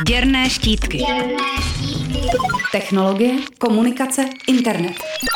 Děrné štítky. Technologie, komunikace, internet.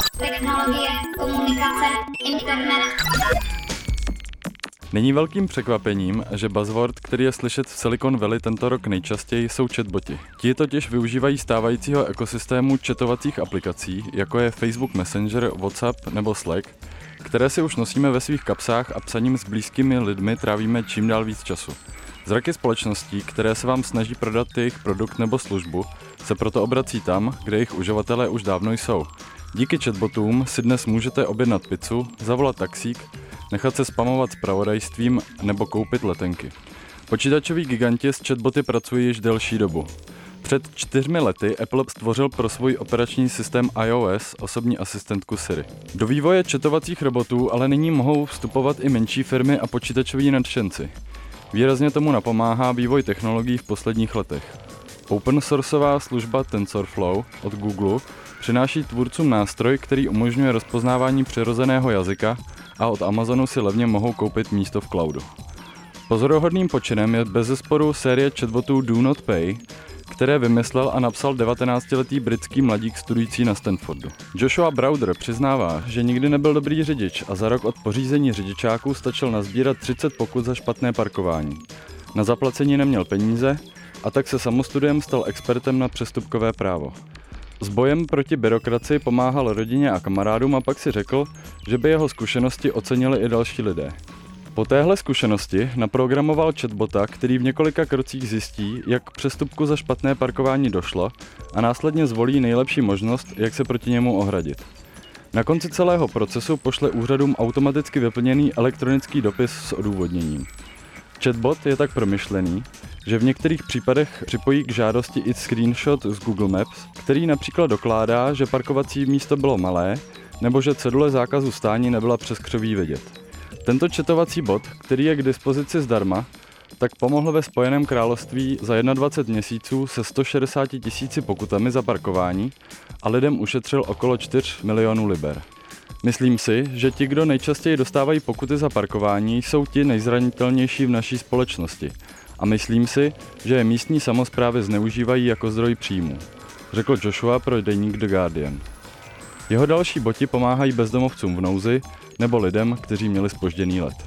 Není velkým překvapením, že buzzword, který je slyšet v Silicon Valley tento rok nejčastěji, jsou chatboti. Ti totiž využívají stávajícího ekosystému chatovacích aplikací, jako je Facebook Messenger, WhatsApp nebo Slack, které si už nosíme ve svých kapsách a psaním s blízkými lidmi trávíme čím dál víc času. Zraky společností, které se vám snaží prodat jejich produkt nebo službu, se proto obrací tam, kde jejich uživatelé už dávno jsou. Díky chatbotům si dnes můžete objednat pizzu, zavolat taxík, nechat se spamovat zpravodajstvím nebo koupit letenky. Počítačoví giganti s chatboty pracují již delší dobu. Před 4 lety Apple stvořil pro svůj operační systém iOS osobní asistentku Siri. Do vývoje chatovacích robotů ale nyní mohou vstupovat i menší firmy a počítačoví nadšenci. Výrazně tomu napomáhá vývoj technologií v posledních letech. Open sourceová služba TensorFlow od Google přináší tvůrcům nástroj, který umožňuje rozpoznávání přirozeného jazyka a od Amazonu si levně mohou koupit místo v cloudu. Pozoruhodným počinem je bezesporu série chatbotů Do Not Pay, které vymyslel a napsal 19letý britský mladík studující na Stanfordu. Joshua Browder přiznává, že nikdy nebyl dobrý řidič a za rok od pořízení řidičáků stačil nasbírat 30 pokut za špatné parkování. Na zaplacení neměl peníze a tak se samostudiem stal expertem na přestupkové právo. S bojem proti byrokracii pomáhal rodině a kamarádům a pak si řekl, že by jeho zkušenosti ocenili i další lidé. Po téhle zkušenosti naprogramoval chatbota, který v několika krocích zjistí, jak k přestupku za špatné parkování došlo a následně zvolí nejlepší možnost, jak se proti němu ohradit. Na konci celého procesu pošle úřadům automaticky vyplněný elektronický dopis s odůvodněním. Chatbot je tak promyšlený, že v některých případech připojí k žádosti i screenshot z Google Maps, který například dokládá, že parkovací místo bylo malé nebo že cedule zákazu stání nebyla přes křoví vidět. Tento chatovací bot, který je k dispozici zdarma, tak pomohl ve Spojeném království za 21 měsíců se 160 000 pokutami za parkování a lidem ušetřil okolo 4 milionů liber. Myslím si, že ti, kdo nejčastěji dostávají pokuty za parkování, jsou ti nejzranitelnější v naší společnosti. A myslím si, že je místní samosprávy zneužívají jako zdroj příjmů, řekl Joshua pro deník The Guardian. Jeho další boti pomáhají bezdomovcům v nouzi nebo lidem, kteří měli zpožděný let.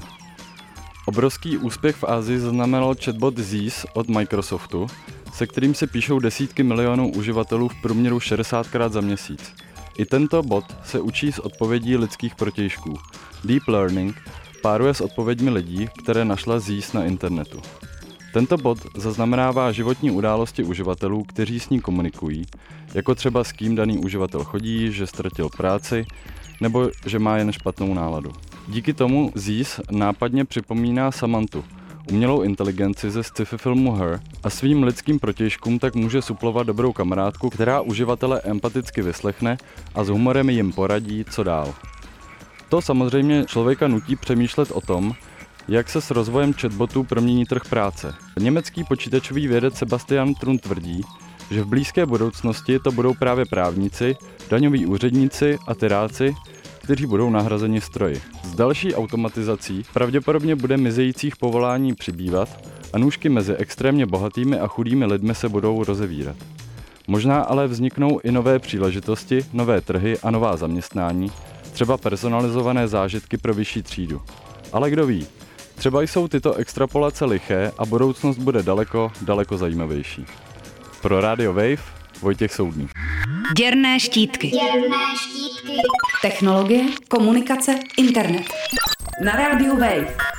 Obrovský úspěch v Asii zaznamenal chatbot Zeus od Microsoftu, se kterým se píšou desítky milionů uživatelů v průměru 60krát za měsíc. I tento bot se učí z odpovědí lidských protějšků. Deep Learning páruje s odpověďmi lidí, které našla Zeus na internetu. Tento bot zaznamenává životní události uživatelů, kteří s ní komunikují, jako třeba s kým daný uživatel chodí, že ztratil práci, nebo že má jen špatnou náladu. Díky tomu Zeus nápadně připomíná Samantu, umělou inteligenci ze sci-fi filmu Her, a svým lidským protějškům tak může suplovat dobrou kamarádku, která uživatele empaticky vyslechne a s humorem jim poradí, co dál. To samozřejmě člověka nutí přemýšlet o tom, jak se s rozvojem chatbotů promění trh práce. Německý počítačový vědec Sebastian Thrun tvrdí, že v blízké budoucnosti to budou právě právníci, daňoví úředníci a tyráci, kteří budou nahrazeni stroji. S další automatizací pravděpodobně bude mizejících povolání přibývat a nůžky mezi extrémně bohatými a chudými lidmi se budou rozevírat. Možná ale vzniknou i nové příležitosti, nové trhy a nová zaměstnání, třeba personalizované zážitky pro vyšší třídu. Ale kdo ví, třeba jsou tyto extrapolace liché a budoucnost bude daleko, daleko zajímavější. Pro Radio Wave Vojtěch Soudný. Děrné štítky. Technologie, komunikace, internet. Na rádiu Wave.